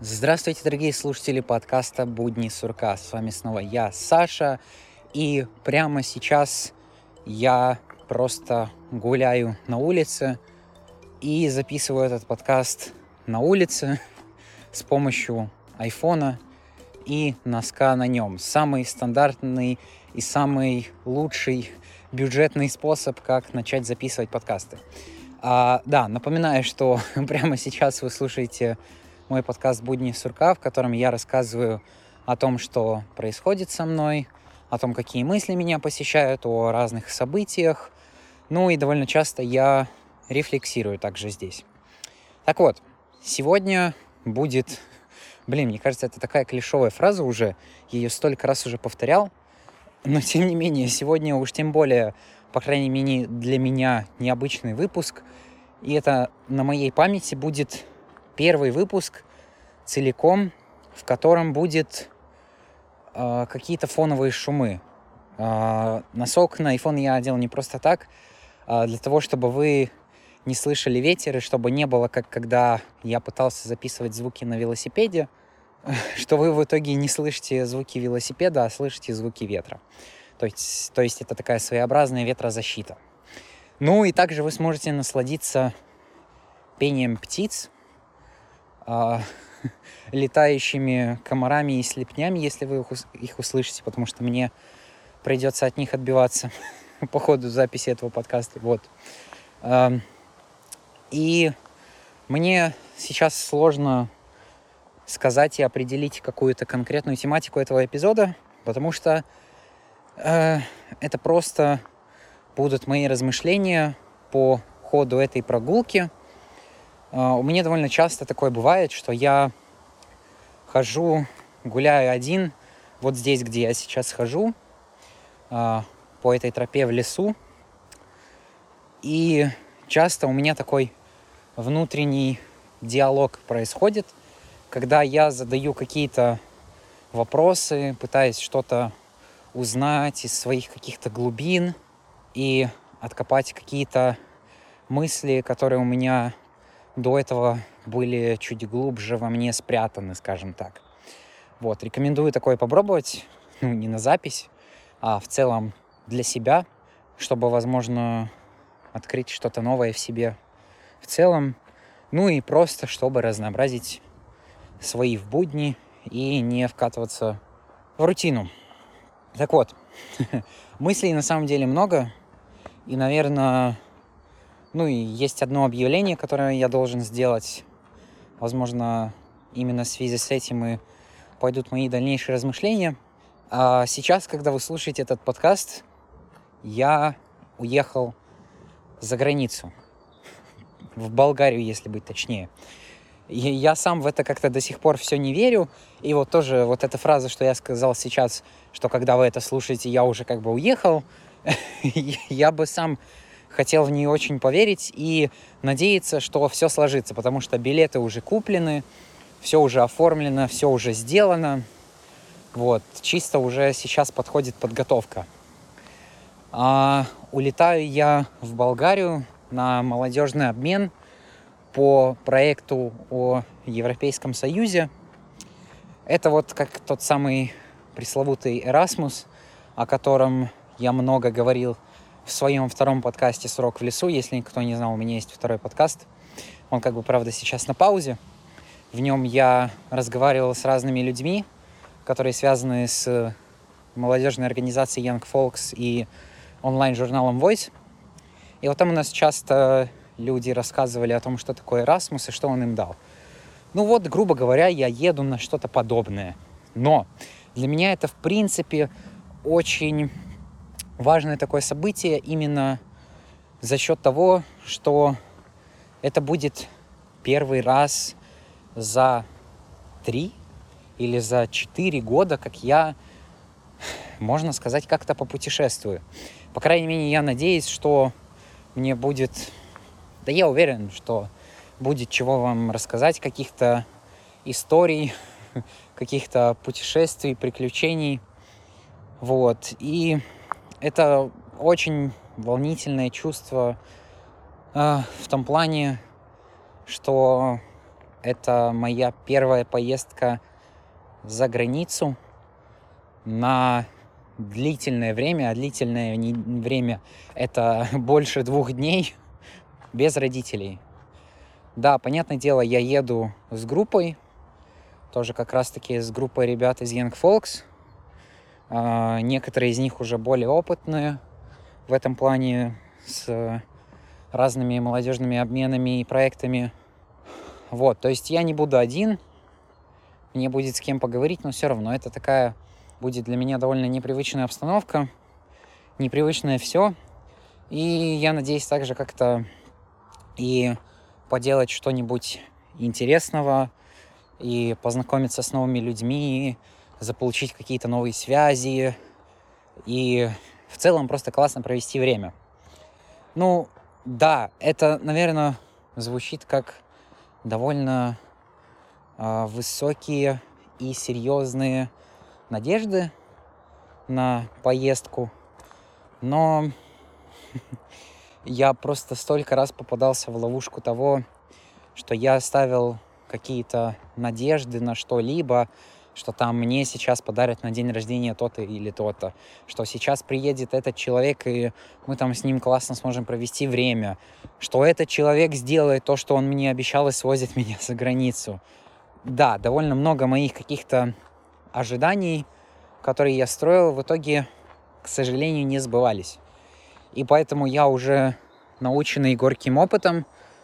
Здравствуйте, дорогие слушатели подкаста «Будни сурка». С вами снова я, Саша. И прямо сейчас я просто гуляю на улице и записываю этот подкаст на улице с помощью айфона и носка на нем. Самый стандартный и самый лучший бюджетный способ, как начать записывать подкасты. Напоминаю, что прямо сейчас вы слушаете мой подкаст «Будни сурка», в котором я рассказываю о том, что происходит со мной, о том, какие мысли меня посещают, о разных событиях. Ну и довольно часто я рефлексирую также здесь. Так вот, сегодня будет... мне кажется, это такая клишевая фраза уже. Я ее столько раз уже повторял. Но, тем не менее, сегодня уж тем более, по крайней мере, для меня необычный выпуск. И это на моей памяти будет первый выпуск целиком, в котором будет какие-то фоновые шумы. Носок на iPhone я одел не просто так, для того, чтобы вы не слышали ветер, и чтобы не было, как когда я пытался записывать звуки на велосипеде, что вы в итоге не слышите звуки велосипеда, а слышите звуки ветра. То есть это такая своеобразная ветрозащита. Ну и также вы сможете насладиться пением птиц, летающими комарами и слепнями, если вы их услышите, потому что мне придется от них отбиваться по ходу записи этого подкаста. Вот. И мне сейчас сложно сказать и определить какую-то конкретную тематику этого эпизода, потому что это просто будут мои размышления по ходу этой прогулки. У меня довольно часто такое бывает, что я гуляю один, вот здесь, где я сейчас хожу, по этой тропе в лесу. И часто у меня такой внутренний диалог происходит, когда я задаю какие-то вопросы, пытаюсь что-то узнать из своих каких-то глубин и откопать какие-то мысли, которые у меня до этого были чуть глубже во мне спрятаны, скажем так. Вот, рекомендую такое попробовать, не на запись, а в целом для себя, чтобы, возможно, открыть что-то новое в себе в целом, ну и просто, чтобы разнообразить свои в будни и не вкатываться в рутину. Так вот, мыслей на самом деле много, и, наверное, и есть одно объявление, которое я должен сделать. Возможно, именно в связи с этим и пойдут мои дальнейшие размышления. А сейчас, когда вы слушаете этот подкаст, я уехал за границу. В Болгарию, если быть точнее. И я сам в это как-то до сих пор все не верю. И вот тоже вот эта фраза, что я сказал сейчас, что когда вы это слушаете, я уже как бы уехал, я бы сам хотел в нее очень поверить и надеяться, что все сложится, потому что билеты уже куплены, все уже оформлено, все уже сделано. Вот, чисто уже сейчас подходит подготовка. Улетаю я в Болгарию на молодежный обмен по проекту о Европейском Союзе. Это вот как тот самый пресловутый Erasmus, о котором я много говорил в своем втором подкасте «Сурок в лесу». Если кто не знал, у меня есть второй подкаст. Он правда, сейчас на паузе. В нем я разговаривал с разными людьми, которые связаны с молодежной организацией Young Folks и онлайн-журналом Voice. И вот там у нас часто люди рассказывали о том, что такое Erasmus и что он им дал. Грубо говоря, я еду на что-то подобное. Но для меня это, в принципе, очень важное такое событие именно за счет того, что это будет первый раз за 3 или за 4 года, как я, можно сказать, как-то попутешествую. По крайней мере, я надеюсь, что мне будет... Да я уверен, что будет чего вам рассказать, каких-то историй, каких-то путешествий, приключений. Вот. И это очень волнительное чувство в том плане, что Это моя первая поездка за границу на длительное время, а длительное время — это больше 2 дней без родителей. Да, понятное дело, я еду с группой, тоже как раз-таки с группой ребят из Young Folks. Некоторые из них уже более опытные в этом плане, с разными молодежными обменами и проектами. Вот, то есть я не буду один, мне будет с кем поговорить, но все равно это такая будет для меня довольно непривычная обстановка, непривычное все. И я надеюсь также как-то и поделать что-нибудь интересного, и познакомиться с новыми людьми, заполучить какие-то новые связи, и в целом просто классно провести время. Ну, да, это, наверное, звучит как довольно высокие и серьезные надежды на поездку, но я просто столько раз попадался в ловушку того, что я ставил какие-то надежды на что-либо, что там мне сейчас подарят на день рождения то-то или то-то, что сейчас приедет этот человек, и мы там с ним классно сможем провести время, что этот человек сделает то, что он мне обещал, и свозит меня за границу. Да, довольно много моих каких-то ожиданий, которые я строил, в итоге, к сожалению, не сбывались. И поэтому я уже, наученный горьким опытом,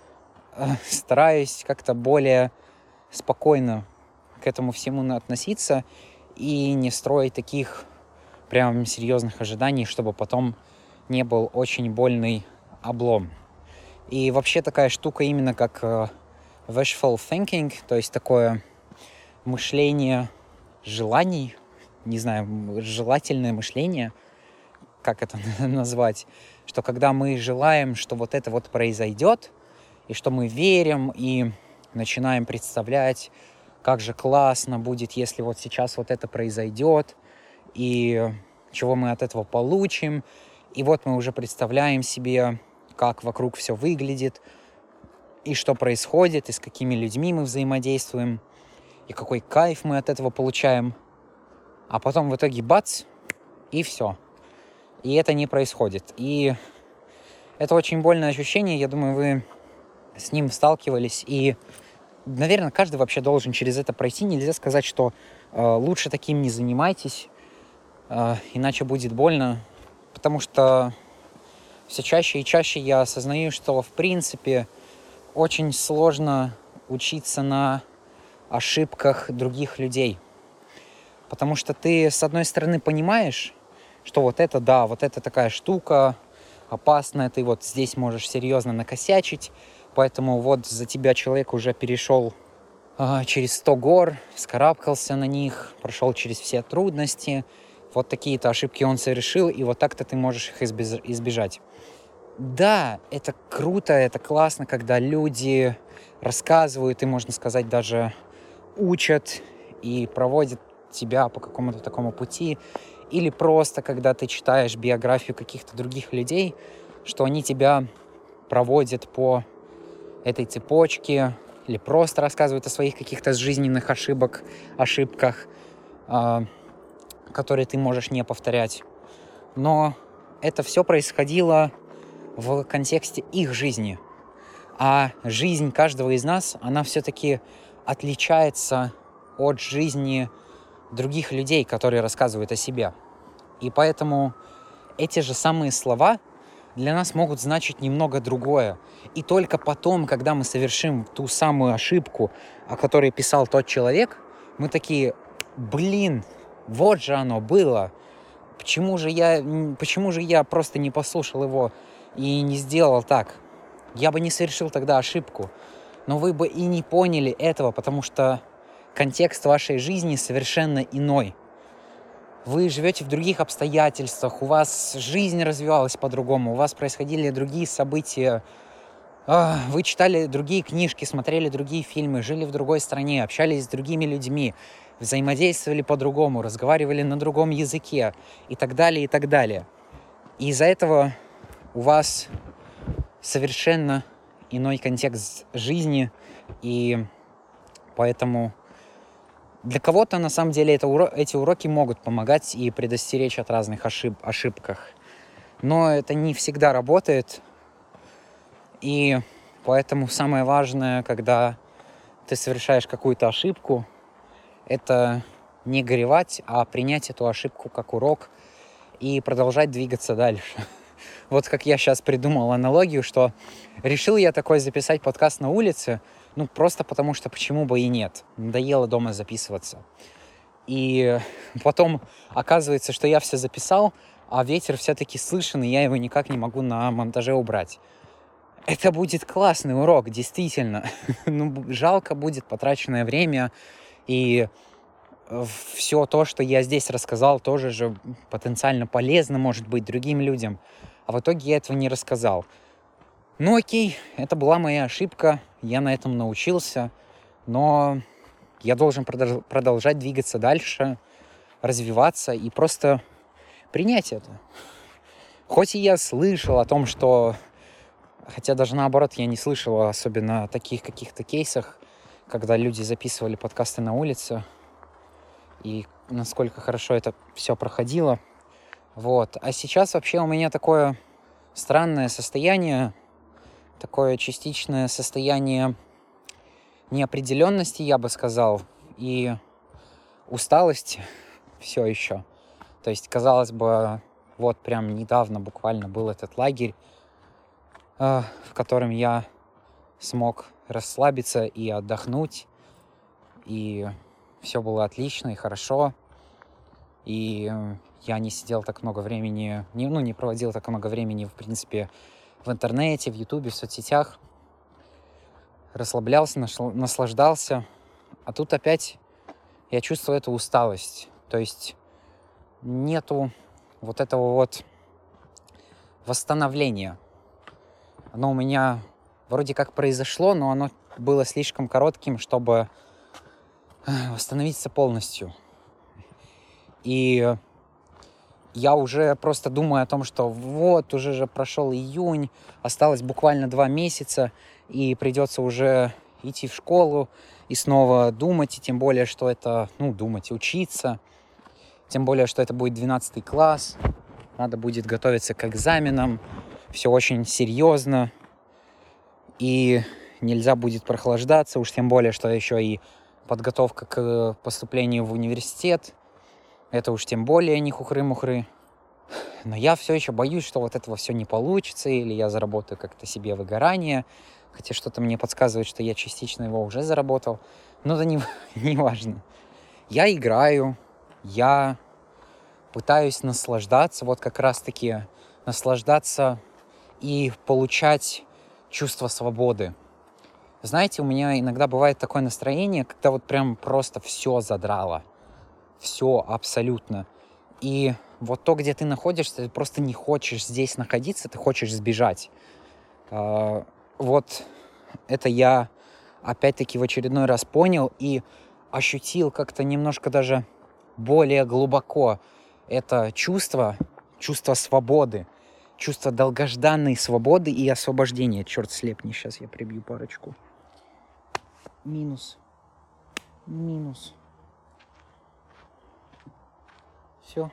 стараюсь как-то более спокойно к этому всему относиться и не строить таких прям серьезных ожиданий, чтобы потом не был очень больный облом. И вообще такая штука именно как wishful thinking, то есть такое мышление желаний, не знаю, желательное мышление, как это назвать, что когда мы желаем, что вот это вот произойдет, и что мы верим и начинаем представлять, как же классно будет, если вот сейчас вот это произойдет, и чего мы от этого получим. И вот мы уже представляем себе, как вокруг все выглядит, и что происходит, и с какими людьми мы взаимодействуем, и какой кайф мы от этого получаем. А потом в итоге бац, и все. И это не происходит. И это очень больное ощущение, я думаю, вы с ним сталкивались, и, наверное, каждый вообще должен через это пройти. Нельзя сказать, что лучше таким не занимайтесь, иначе будет больно, потому что все чаще и чаще я осознаю, что, в принципе, очень сложно учиться на ошибках других людей, потому что ты, с одной стороны, понимаешь, что вот это, да, вот это такая штука опасная, ты вот здесь можешь серьезно накосячить, поэтому вот за тебя человек уже перешел через 100 гор, вскарабкался на них, прошел через все трудности, вот такие-то ошибки он совершил, и вот так-то ты можешь их избежать. Да, это круто, это классно, когда люди рассказывают и, можно сказать, даже учат и проводят тебя по какому-то такому пути, или просто когда ты читаешь биографию каких-то других людей, что они тебя проводят по этой цепочке, или просто рассказывают о своих каких-то жизненных ошибках, которые ты можешь не повторять. Но это все происходило в контексте их жизни. А жизнь каждого из нас, она все-таки отличается от жизни других людей, которые рассказывают о себе. И поэтому эти же самые слова для нас могут значить немного другое. И только потом, когда мы совершим ту самую ошибку, о которой писал тот человек, мы такие: блин, вот же оно было. Почему же я просто не послушал его и не сделал так? Я бы не совершил тогда ошибку. Но вы бы и не поняли этого, потому что контекст вашей жизни совершенно иной. Вы живете в других обстоятельствах, у вас жизнь развивалась по-другому, у вас происходили другие события, вы читали другие книжки, смотрели другие фильмы, жили в другой стране, общались с другими людьми, взаимодействовали по-другому, разговаривали на другом языке и так далее, и так далее. И из-за этого у вас совершенно иной контекст жизни, и Поэтому для кого-то, на самом деле, эти уроки могут помогать и предостеречь от разных ошибках. Но это не всегда работает. И поэтому самое важное, когда ты совершаешь какую-то ошибку, это не горевать, а принять эту ошибку как урок и продолжать двигаться дальше. Вот как я сейчас придумал аналогию, что решил я такой записать подкаст на улице, просто потому что почему бы и нет. Надоело дома записываться. И потом оказывается, что я все записал, а ветер все-таки слышен, и я его никак не могу на монтаже убрать. Это будет классный урок, действительно. Жалко будет потраченное время, и все то, что я здесь рассказал, тоже же потенциально полезно может быть другим людям. А в итоге я этого не рассказал. Окей, это была моя ошибка, я на этом научился, но я должен продолжать двигаться дальше, развиваться и просто принять это. Хоть и я слышал о том, что... Хотя даже наоборот, я не слышал особенно о таких каких-то кейсах, когда люди записывали подкасты на улице, и насколько хорошо это все проходило. Вот. А сейчас вообще у меня такое странное состояние, такое частичное состояние неопределенности, я бы сказал, и усталости все еще. То есть, казалось бы, вот прям недавно буквально был этот лагерь, в котором я смог расслабиться и отдохнуть, и все было отлично и хорошо, и я не сидел так много времени, не проводил так много времени, в принципе, в интернете, в Ютубе, в соцсетях, расслаблялся, наслаждался, а тут опять я чувствую эту усталость, то есть нету вот этого вот восстановления. Оно у меня вроде как произошло, но оно было слишком коротким, чтобы восстановиться полностью. И я уже просто думаю о том, что вот, уже же прошел июнь, осталось буквально 2 месяца, и придется уже идти в школу и снова думать, и тем более, что это, думать, учиться, тем более, что это будет 12 класс, надо будет готовиться к экзаменам, все очень серьезно, и нельзя будет прохлаждаться, уж тем более, что еще и подготовка к поступлению в университет, это уж тем более не хухры-мухры. Но я все еще боюсь, что вот этого все не получится, или я заработаю как-то себе выгорание, хотя что-то мне подсказывает, что я частично его уже заработал, но это не важно. Я играю, я пытаюсь наслаждаться, вот как раз-таки наслаждаться и получать чувство свободы. Знаете, у меня иногда бывает такое настроение, когда вот прям просто все задрало. Все абсолютно. И вот то, где ты находишься, ты просто не хочешь здесь находиться, ты хочешь сбежать. Вот это я опять-таки в очередной раз понял и ощутил как-то немножко даже более глубоко это чувство свободы, чувство долгожданной свободы и освобождения. Черт слепни, сейчас я прибью парочку. Минус. Все.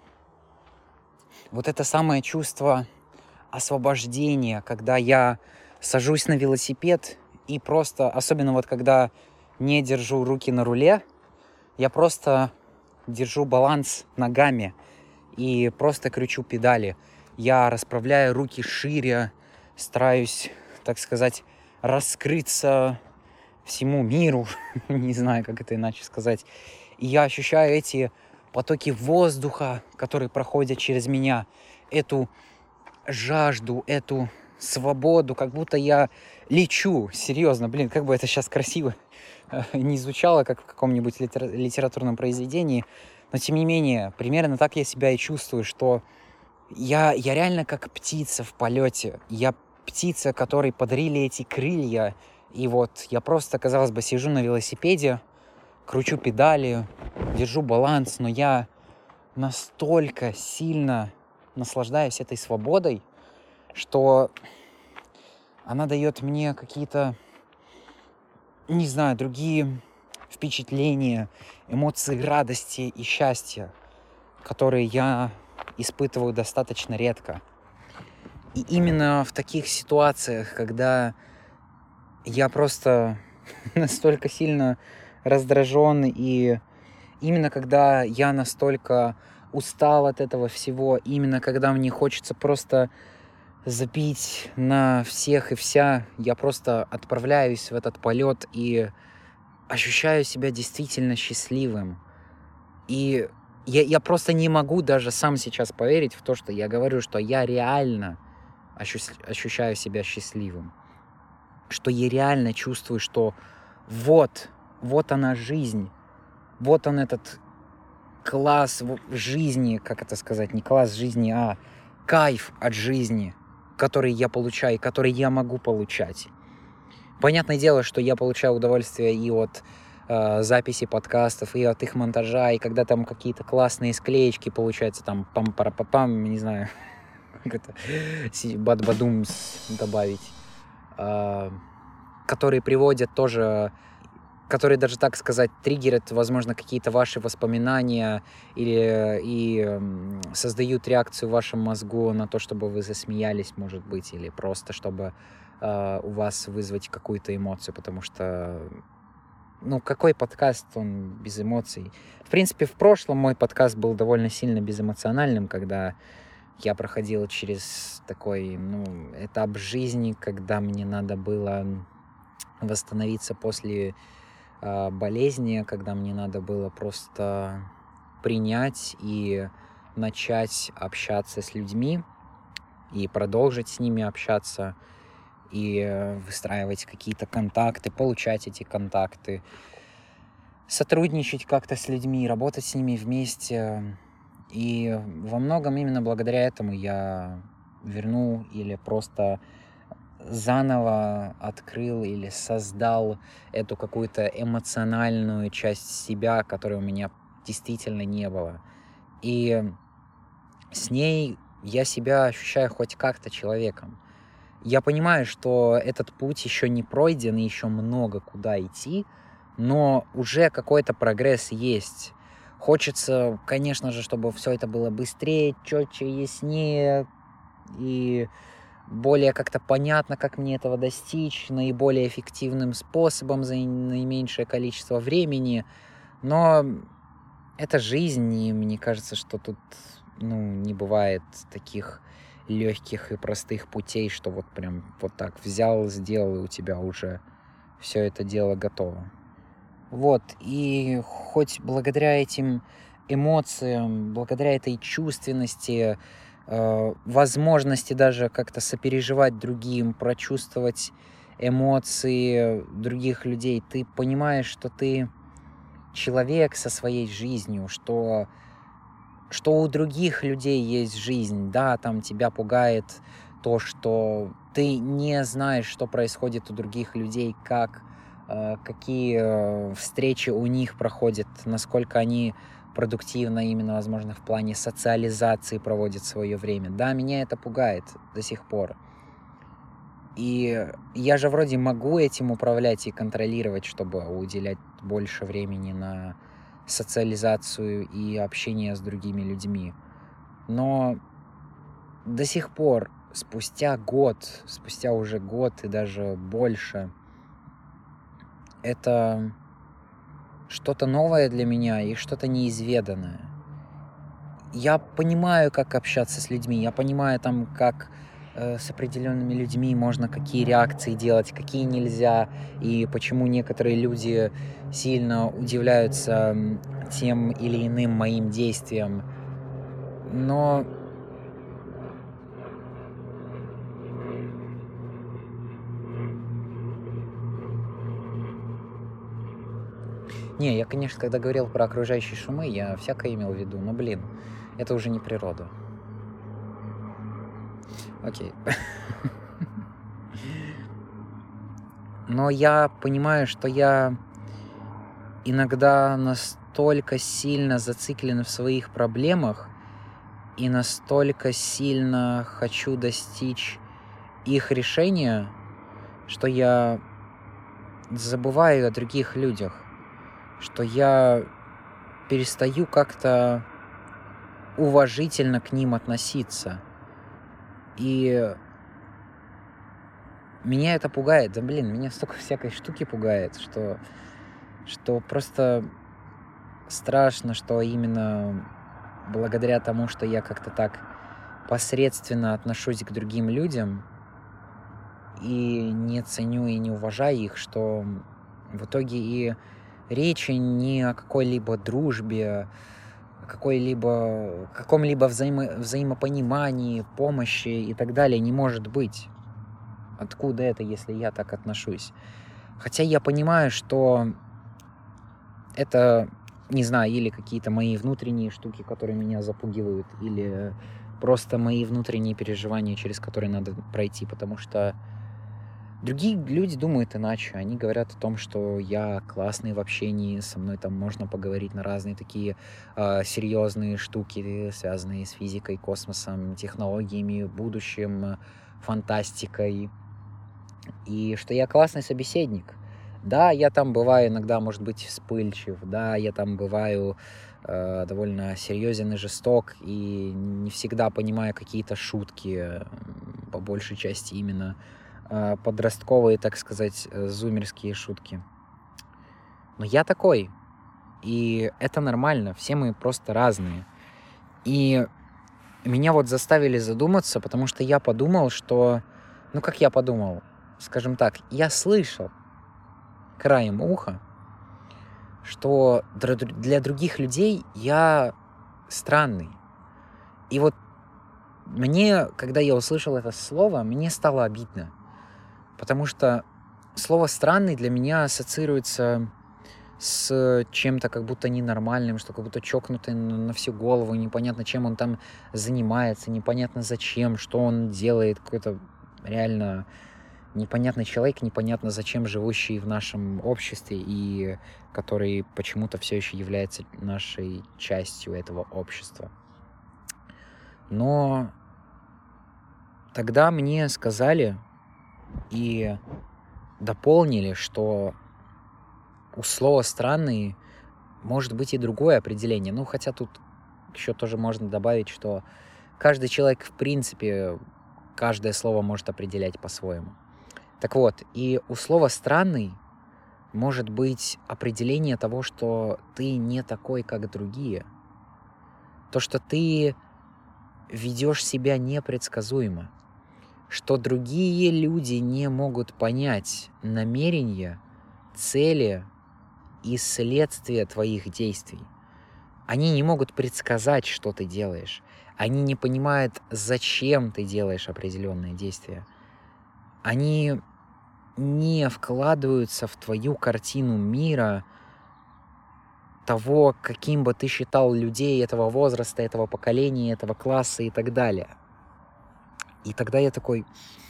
Вот это самое чувство освобождения, когда я сажусь на велосипед и просто, особенно вот когда не держу руки на руле, я просто держу баланс ногами и просто кручу педали. Я расправляю руки шире, стараюсь, так сказать, раскрыться всему миру, не знаю, как это иначе сказать. И я ощущаю эти потоки воздуха, которые проходят через меня, эту жажду, эту свободу, как будто я лечу. Серьезно, как бы это сейчас красиво не звучало, как в каком-нибудь литературном произведении, но тем не менее, примерно так я себя и чувствую, что я реально как птица в полете. Я птица, которой подарили эти крылья. И вот я просто, казалось бы, сижу на велосипеде, кручу педали, держу баланс, но я настолько сильно наслаждаюсь этой свободой, что она дает мне какие-то, не знаю, другие впечатления, эмоции радости и счастья, которые я испытываю достаточно редко. И именно в таких ситуациях, когда я просто настолько сильно раздражен, и именно когда я настолько устал от этого всего, именно когда мне хочется просто забить на всех и вся, я просто отправляюсь в этот полет и ощущаю себя действительно счастливым. И я просто не могу даже сам сейчас поверить в то, что я говорю, что я реально ощущаю себя счастливым. Что я реально чувствую, что вот она жизнь, вот он этот класс жизни, как это сказать, не класс жизни, а кайф от жизни, который я получаю, который я могу получать. Понятное дело, что я получаю удовольствие и от записи подкастов, и от их монтажа, и когда там какие-то классные склеечки получаются, там пам-пара-пам, не знаю, как это, бад-бадумс добавить, которые приводят тоже, которые даже, так сказать, триггерят, возможно, какие-то ваши воспоминания и создают реакцию в вашем мозгу на то, чтобы вы засмеялись, может быть, или просто чтобы у вас вызвать какую-то эмоцию, потому что, какой подкаст, он без эмоций? В принципе, в прошлом мой подкаст был довольно сильно безэмоциональным, когда я проходил через такой, этап жизни, когда мне надо было восстановиться после болезни, когда мне надо было просто принять и начать общаться с людьми и продолжить с ними общаться и выстраивать какие-то контакты, получать эти контакты, сотрудничать как-то с людьми, работать с ними вместе. И во многом именно благодаря этому я вернул или просто заново открыл или создал эту какую-то эмоциональную часть себя, которой у меня действительно не было. И с ней я себя ощущаю хоть как-то человеком. Я понимаю, что этот путь еще не пройден, и еще много куда идти, но уже какой-то прогресс есть. Хочется, конечно же, чтобы все это было быстрее, четче, яснее и более как-то понятно, как мне этого достичь, наиболее эффективным способом за наименьшее количество времени. Но это жизнь, и мне кажется, что тут не бывает таких легких и простых путей, что вот прям вот так взял, сделал, и у тебя уже все это дело готово. Вот, и хоть благодаря этим эмоциям, благодаря этой чувственности, возможности даже как-то сопереживать другим, прочувствовать эмоции других людей, ты понимаешь, что ты человек со своей жизнью, что у других людей есть жизнь, да, там тебя пугает то, что ты не знаешь, что происходит у других людей, какие встречи у них проходят, насколько они продуктивно именно, возможно, в плане социализации проводят свое время. Да, меня это пугает до сих пор. И я же вроде могу этим управлять и контролировать, чтобы уделять больше времени на социализацию и общение с другими людьми. Но до сих пор, спустя уже год и даже больше, это что-то новое для меня и что-то неизведанное. Я понимаю, как общаться с людьми, я понимаю там, как с определенными людьми можно какие реакции делать, какие нельзя, и почему некоторые люди сильно удивляются тем или иным моим действиям. Но не, я, конечно, когда говорил про окружающие шумы, я всякое имел в виду, но, это уже не природа. Окей. Но я понимаю, что я иногда настолько сильно зациклен в своих проблемах и настолько сильно хочу достичь их решения, что я забываю о других людях. что я перестаю как-то уважительно к ним относиться. И меня это пугает. Да блин, меня столько всякой штуки пугает, что просто страшно, что именно благодаря тому, что я как-то так посредственно отношусь к другим людям и не ценю и не уважаю их, что в итоге и речи не о какой-либо дружбе, о каком-либо взаимопонимании, помощи и так далее не может быть. Откуда это, если я так отношусь? Хотя я понимаю, что это, не знаю, или какие-то мои внутренние штуки, которые меня запугивают, или просто мои внутренние переживания, через которые надо пройти, потому что другие люди думают иначе. Они говорят о том, что я классный в общении, со мной там можно поговорить на разные такие серьезные штуки, связанные с физикой, космосом, технологиями, будущим, фантастикой. И что я классный собеседник. Да, я там бываю иногда, может быть, вспыльчив, да, я там бываю довольно серьезен и жесток, и не всегда понимаю какие-то шутки, по большей части именно подростковые, так сказать, зумерские шутки. Но я такой, и это нормально, все мы просто разные. И меня вот заставили задуматься, потому что я подумал, что... Ну, как я подумал? Скажем так, я слышал краем уха, что для других людей я странный. И вот мне, когда я услышал это слово, мне стало обидно. Потому что слово «странный» для меня ассоциируется с чем-то как будто ненормальным, что как будто чокнутый на всю голову, непонятно, чем он там занимается, непонятно зачем, что он делает, какой-то реально непонятный человек, непонятно зачем живущий в нашем обществе и который почему-то все еще является нашей частью этого общества. Но тогда мне сказали и дополнили, что у слова «странный» может быть и другое определение. Ну, хотя тут еще тоже можно добавить, что каждый человек, в принципе, каждое слово может определять по-своему. Так вот, и у слова «странный» может быть определение того, что ты не такой, как другие. То, что ты ведешь себя непредсказуемо. Что другие люди не могут понять намерения, цели и следствия твоих действий. Они не могут предсказать, что ты делаешь. Они не понимают, зачем ты делаешь определенные действия. Они не вкладываются в твою картину мира того, каким бы ты считал людей этого возраста, этого поколения, этого класса и так далее. И тогда я такой,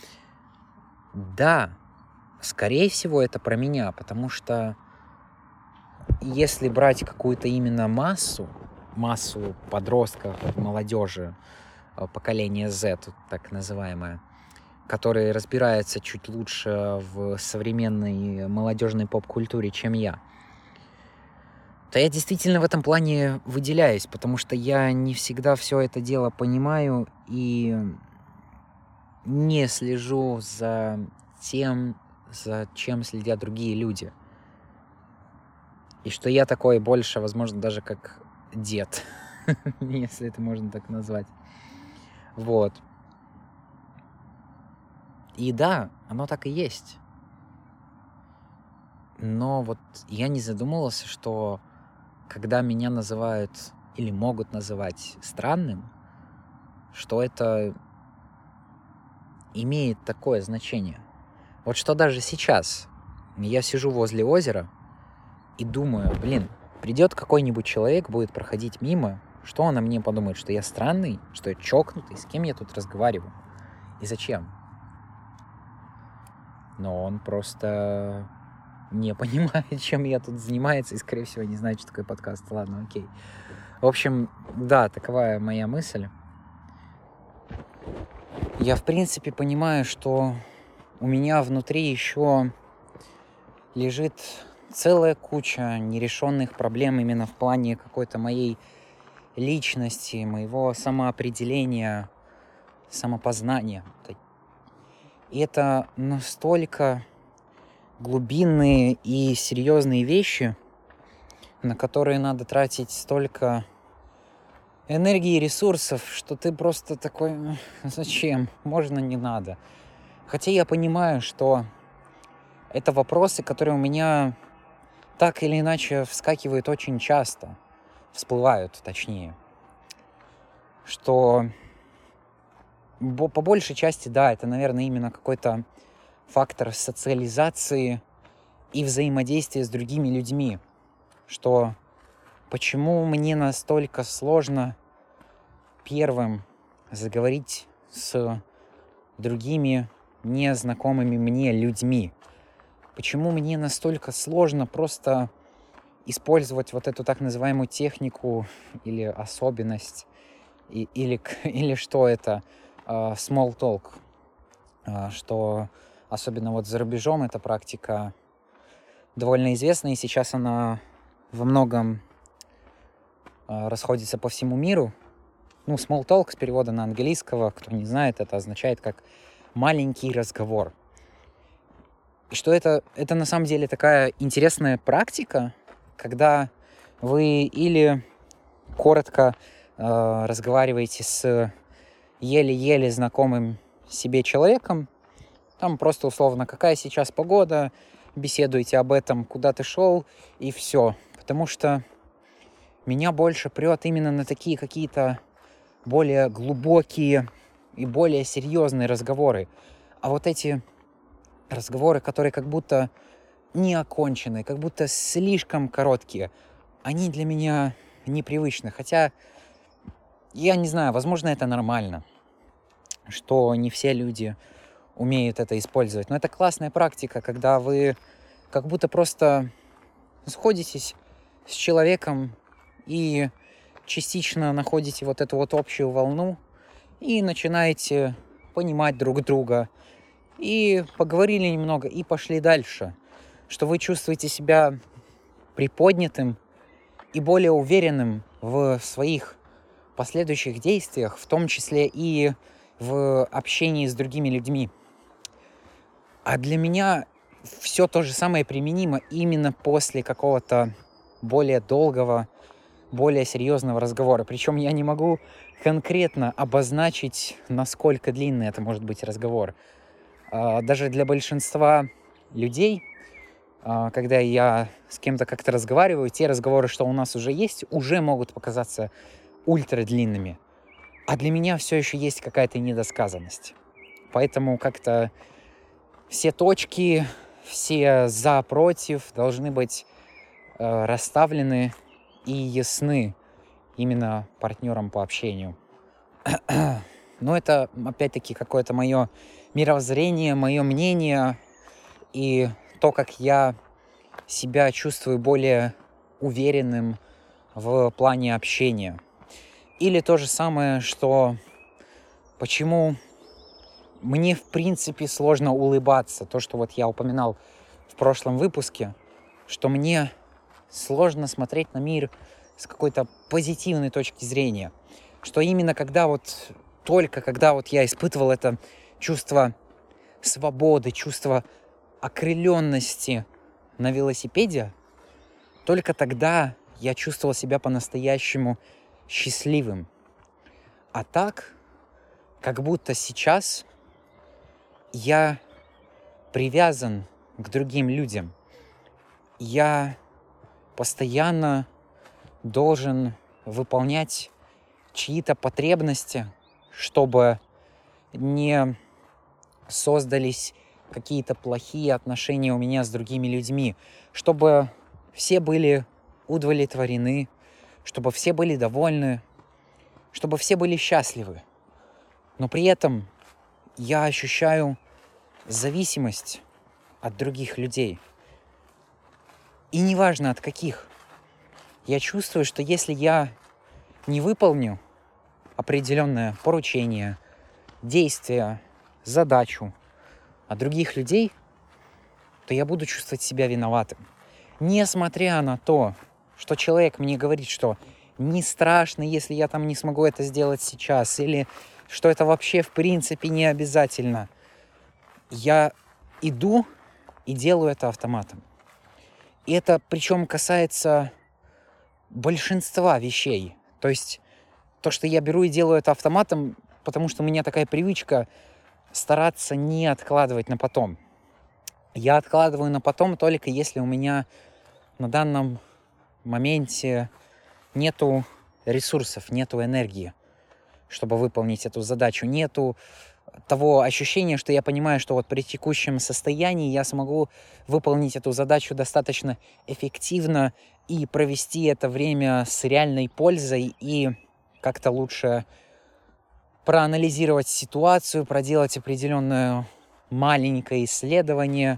да, скорее всего, это про меня, потому что если брать какую-то именно массу подростков, молодежи, поколения Z, так называемое, которые разбираются чуть лучше в современной молодежной поп-культуре, чем я, то я действительно в этом плане выделяюсь, потому что я не всегда все это дело понимаю и не слежу за тем, за чем следят другие люди. И что я такой больше, возможно, даже как дед, если это можно так назвать. Вот. И да, оно так и есть. Но вот я не задумывался, что когда меня называют или могут называть странным, что это имеет такое значение. Вот что даже сейчас я сижу возле озера и думаю, придет какой-нибудь человек, будет проходить мимо, что он о мне подумает, что я странный, что я чокнутый, с кем я тут разговариваю и зачем? Но он просто не понимает, чем я тут занимаюсь, и, скорее всего, не знает, что такое подкаст. Ладно, окей. В общем, да, такова моя мысль. Я, в принципе, понимаю, что у меня внутри еще лежит целая куча нерешенных проблем именно в плане какой-то моей личности, моего самоопределения, самопознания. И это настолько глубинные и серьезные вещи, на которые надо тратить столько энергии и ресурсов, что ты просто такой: зачем? Можно, не надо. Хотя я понимаю, что это вопросы, которые у меня так или иначе вскакивают очень часто, всплывают точнее, что по большей части, да, это, наверное, именно какой-то фактор социализации и взаимодействия с другими людьми, что почему мне настолько сложно первым заговорить с другими незнакомыми мне людьми, почему мне настолько сложно просто использовать вот эту так называемую технику или особенность, или что это, small talk, что особенно вот за рубежом эта практика довольно известна, и сейчас она во многом расходится по всему миру. Ну, small talk с перевода на английского, кто не знает, это означает как маленький разговор. И что это на самом деле такая интересная практика, когда вы или коротко разговариваете с еле-еле знакомым себе человеком, там просто условно, какая сейчас погода, беседуете об этом, куда ты шел, и все. Потому что меня больше прет именно на такие какие-то более глубокие и более серьезные разговоры. А вот эти разговоры, которые как будто не окончены, как будто слишком короткие, они для меня непривычны. Хотя, я не знаю, возможно, это нормально, что не все люди умеют это использовать. Но это классная практика, когда вы как будто просто сходитесь с человеком и частично находите вот эту вот общую волну и начинаете понимать друг друга. И поговорили немного, и пошли дальше. Что вы чувствуете себя приподнятым и более уверенным в своих последующих действиях, в том числе и в общении с другими людьми. А для меня все то же самое применимо именно после какого-то более долгого, более серьезного разговора. Причем я не могу конкретно обозначить, насколько длинный это может быть разговор. Даже для большинства людей, когда я с кем-то как-то разговариваю, те разговоры, что у нас уже есть, уже могут показаться ультрадлинными. А для меня все еще есть какая-то недосказанность. Поэтому как-то все точки, все за, против должны быть расставлены и ясны именно партнерам по общению. Но это, опять-таки, какое-то мое мировоззрение, мое мнение и то, как я себя чувствую более уверенным в плане общения. Или то же самое, что почему мне, в принципе, сложно улыбаться. То, что вот я упоминал в прошлом выпуске, что мне сложно смотреть на мир с какой-то позитивной точки зрения. Что именно когда я испытывал это чувство свободы, чувство окрыленности на велосипеде, только тогда я чувствовал себя по-настоящему счастливым. А так, как будто сейчас я привязан к другим людям. Я постоянно должен выполнять чьи-то потребности, чтобы не создались какие-то плохие отношения у меня с другими людьми, чтобы все были удовлетворены, чтобы все были довольны, чтобы все были счастливы. Но при этом я ощущаю зависимость от других людей. И неважно от каких. Я чувствую, что если я не выполню определенное поручение, действие, задачу от других людей, то я буду чувствовать себя виноватым. несмотря на то, что человек мне говорит, что не страшно, если я там не смогу это сделать сейчас, или что это вообще в принципе не обязательно, я иду и делаю это автоматом. И это причем касается большинства вещей. То есть то, что я беру и делаю это автоматом, потому что у меня такая привычка стараться не откладывать на потом. Я откладываю на потом только если у меня на данном моменте нету ресурсов, нету энергии, чтобы выполнить эту задачу, нету того ощущения, что я понимаю, что вот при текущем состоянии я смогу выполнить эту задачу достаточно эффективно и провести это время с реальной пользой и как-то лучше проанализировать ситуацию, проделать определенное маленькое исследование.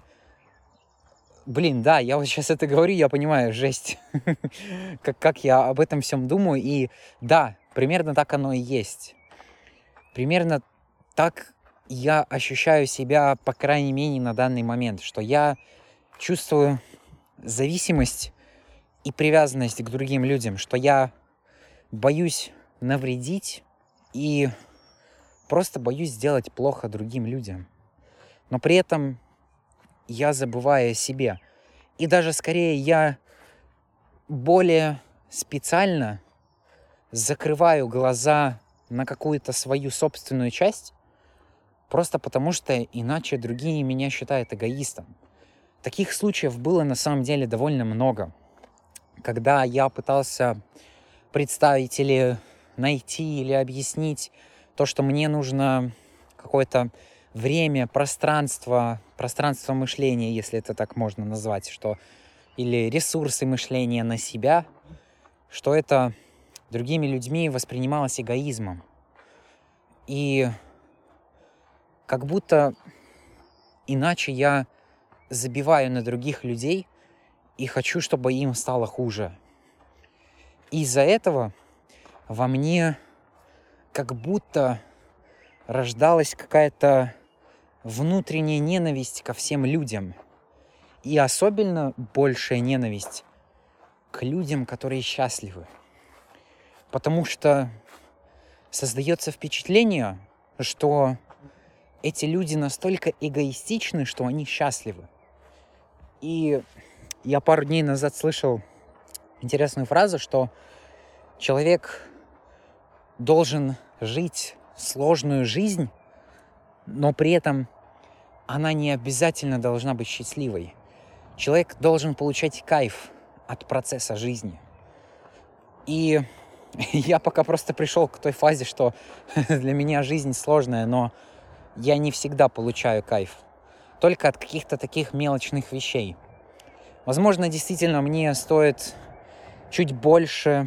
Блин, да, я вот сейчас это говорю, я понимаю, жесть, как я об этом всем думаю. И да, примерно так оно и есть. Примерно так я ощущаю себя, по крайней мере, на данный момент, что я чувствую зависимость и привязанность к другим людям, что я боюсь навредить и просто боюсь сделать плохо другим людям. Но при этом я забываю о себе. И даже скорее я более специально закрываю глаза на какую-то свою собственную часть, просто потому что иначе другие меня считают эгоистом. Таких случаев было на самом деле довольно много. Когда я пытался представить или найти, или объяснить то, что мне нужно какое-то время, пространство мышления, если это так можно назвать, что или ресурсы мышления на себя, что это другими людьми воспринималось эгоизмом. И как будто иначе я забиваю на других людей и хочу, чтобы им стало хуже. Из-за этого во мне как будто рождалась какая-то внутренняя ненависть ко всем людям. И особенно большая ненависть к людям, которые счастливы. Потому что создается впечатление, что эти люди настолько эгоистичны, что они счастливы. И я пару дней назад слышал интересную фразу, что человек должен жить сложную жизнь, но при этом она не обязательно должна быть счастливой. Человек должен получать кайф от процесса жизни. И я пока просто пришел к той фазе, что для меня жизнь сложная, но я не всегда получаю кайф. Только от каких-то таких мелочных вещей. Возможно, действительно, мне стоит чуть больше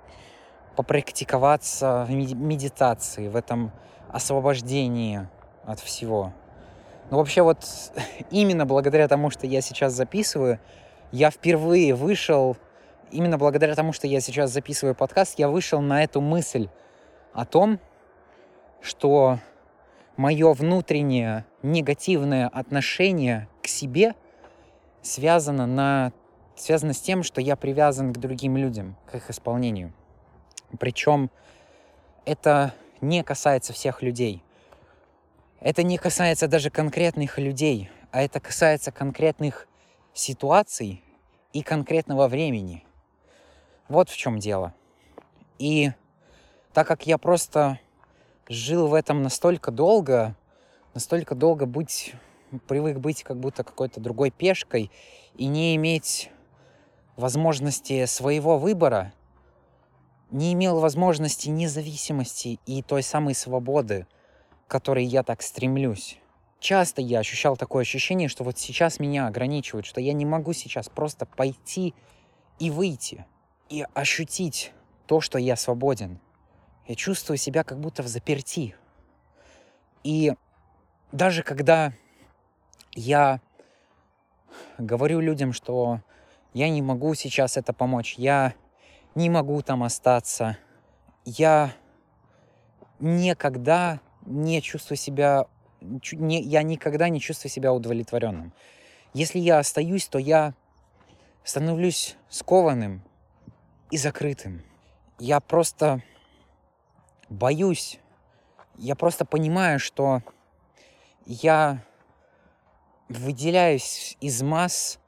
попрактиковаться в медитации, в этом освобождении от всего. Но вообще вот именно благодаря тому, что я сейчас записываю, я впервые вышел, именно благодаря тому, что я сейчас записываю подкаст, я вышел на эту мысль о том, что мое внутреннее негативное отношение к себе связано с тем, что я привязан к другим людям, к их исполнению. Причем это не касается всех людей. Это не касается даже конкретных людей, а это касается конкретных ситуаций и конкретного времени. Вот в чем дело. И так как я просто жил в этом настолько долго привык быть как будто какой-то другой пешкой и не иметь возможности своего выбора, не имел возможности независимости и той самой свободы, к которой я так стремлюсь. Часто я ощущал такое ощущение, что вот сейчас меня ограничивают, что я не могу сейчас просто пойти и выйти, и ощутить то, что я свободен. Я чувствую себя как будто взаперти. И даже когда я говорю людям, что я не могу сейчас это помочь, я не могу там остаться, я никогда не чувствую себя удовлетворенным. Если я остаюсь, то я становлюсь скованным и закрытым. Я просто боюсь, я просто понимаю, что я выделяюсь из масс,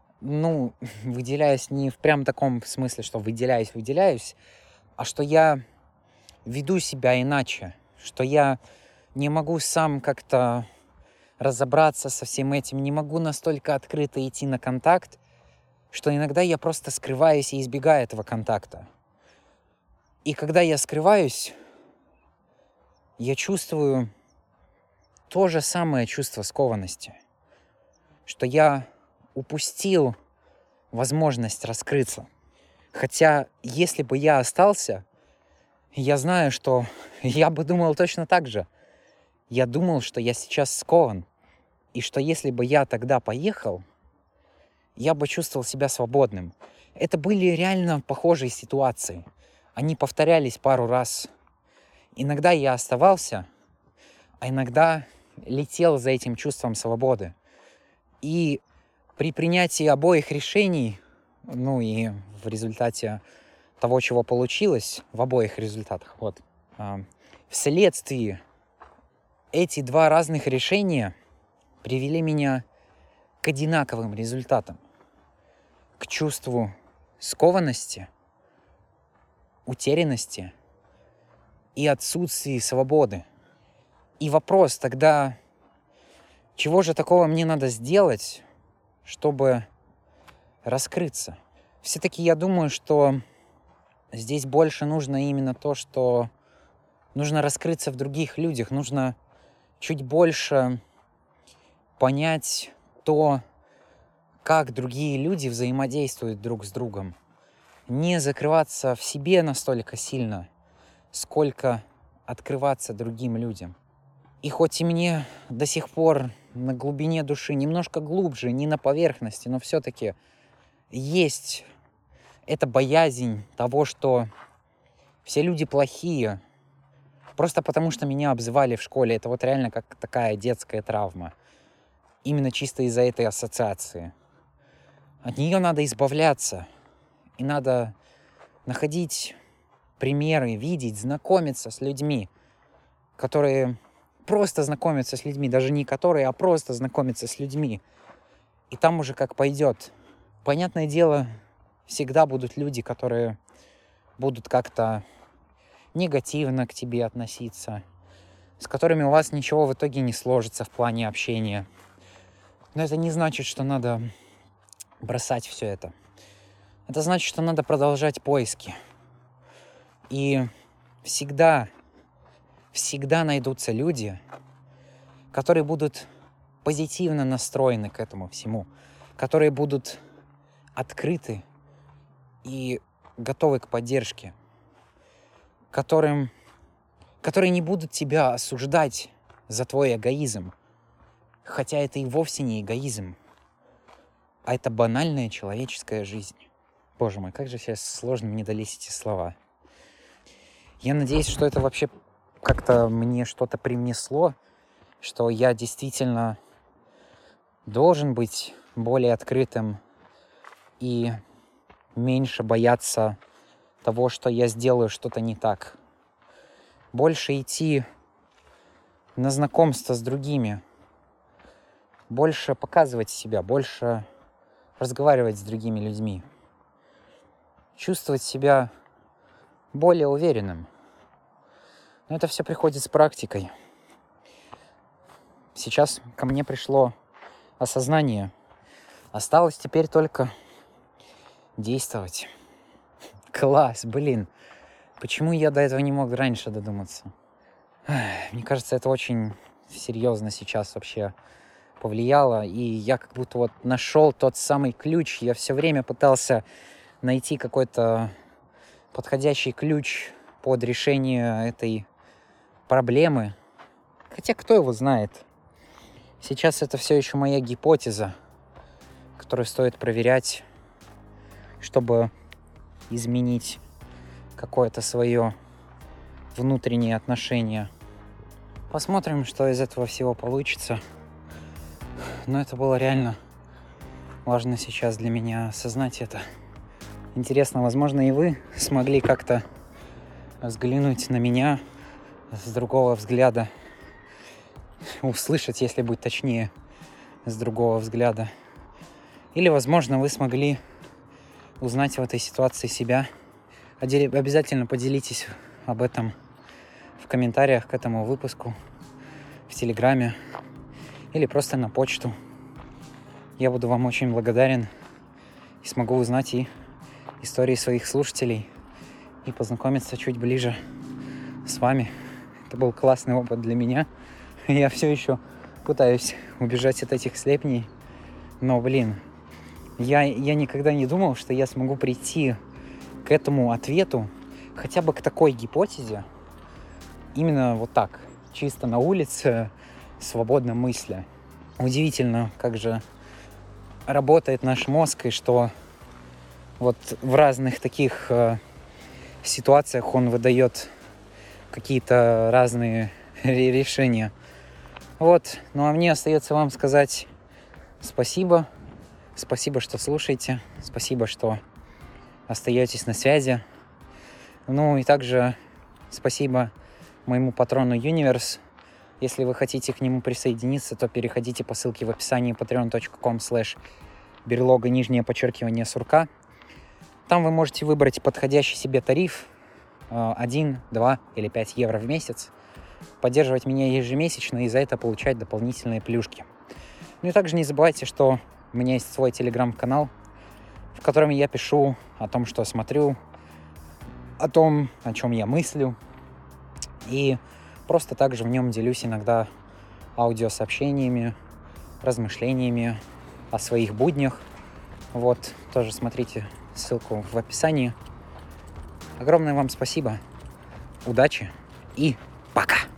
выделяюсь не в прям таком смысле, что выделяюсь, а что я веду себя иначе, что я не могу сам как-то разобраться со всем этим, не могу настолько открыто идти на контакт, что иногда я просто скрываюсь и избегаю этого контакта. И когда я скрываюсь, я чувствую то же самое чувство скованности, что я упустил возможность раскрыться. Хотя, если бы я остался, я знаю, что я бы думал точно так же. Я думал, что я сейчас скован, и что если бы я тогда поехал, я бы чувствовал себя свободным. Это были реально похожие ситуации. Они повторялись пару раз. Иногда я оставался, а иногда летел за этим чувством свободы. И при принятии обоих решений, и в результате того, чего получилось, в обоих результатах, вследствие эти два разных решения привели меня к одинаковым результатам. К чувству скованности, утерянности и отсутствии свободы. И вопрос тогда, чего же такого мне надо сделать, чтобы раскрыться? Все-таки я думаю, что здесь больше нужно именно то, что нужно раскрыться в других людях, нужно чуть больше понять то, как другие люди взаимодействуют друг с другом. Не закрываться в себе настолько сильно, сколько открываться другим людям. И хоть и мне до сих пор на глубине души, немножко глубже, не на поверхности, но все-таки есть эта боязнь того, что все люди плохие, просто потому что меня обзывали в школе. Это вот реально как такая детская травма. Именно чисто из-за этой ассоциации. От нее надо избавляться. И надо находить примеры, видеть, знакомиться с людьми, которые просто знакомятся с людьми. Даже не которые, а просто знакомятся с людьми. И там уже как пойдет. Понятное дело, всегда будут люди, которые будут как-то негативно к тебе относиться, с которыми у вас ничего в итоге не сложится в плане общения. Но это не значит, что надо бросать все это. Это значит, что надо продолжать поиски. И всегда найдутся люди, которые будут позитивно настроены к этому всему, которые будут открыты и готовы к поддержке, которые не будут тебя осуждать за твой эгоизм, хотя это и вовсе не эгоизм, а это банальная человеческая жизнь. Боже мой, как же сейчас сложно мне дались эти слова. Я надеюсь, что это вообще как-то мне что-то привнесло, что я действительно должен быть более открытым и меньше бояться того, что я сделаю что-то не так. Больше идти на знакомство с другими, больше показывать себя, больше разговаривать с другими людьми, чувствовать себя более уверенным. Но это все приходит с практикой. Сейчас ко мне пришло осознание. Осталось теперь только действовать. Класс, блин. Почему я до этого не мог раньше додуматься? Мне кажется, это очень серьезно сейчас вообще повлияло. И я как будто вот нашел тот самый ключ. Я все время пытался найти какой-то подходящий ключ под решение этой проблемы. Хотя кто его знает? Сейчас это все еще моя гипотеза, которую стоит проверять, чтобы изменить какое-то свое внутреннее отношение. Посмотрим, что из этого всего получится. Но это было реально важно сейчас для меня осознать это. Интересно, возможно, и вы смогли как-то взглянуть на меня с другого взгляда, услышать, если быть точнее, с другого взгляда. Или, возможно, вы смогли узнать в этой ситуации себя. Обязательно поделитесь об этом в комментариях к этому выпуску, в Телеграме или просто на почту. Я буду вам очень благодарен и смогу узнать и истории своих слушателей и познакомиться чуть ближе с вами. Это был классный опыт для меня. Я все еще пытаюсь убежать от этих слепней, но, я никогда не думал, что я смогу прийти к этому ответу, хотя бы к такой гипотезе, именно вот так, чисто на улице, свободно мысля. Удивительно, как же работает наш мозг, и что вот в разных таких ситуациях он выдает какие-то разные решения. Вот, ну а мне остается вам сказать спасибо. Спасибо, что слушаете. Спасибо, что остаетесь на связи. Ну и также спасибо моему патрону Universe. Если вы хотите к нему присоединиться, то переходите по ссылке в описании patreon.com/берлога_сурка. Там вы можете выбрать подходящий себе тариф 1, 2 или 5 евро в месяц. Поддерживать меня ежемесячно и за это получать дополнительные плюшки. Ну и также не забывайте, что у меня есть свой телеграм-канал, в котором я пишу о том, что смотрю, о том, о чем я мыслю. И просто также в нем делюсь иногда аудиосообщениями, размышлениями о своих буднях. Вот, тоже смотрите ссылку в описании. Огромное вам спасибо. Удачи и пока!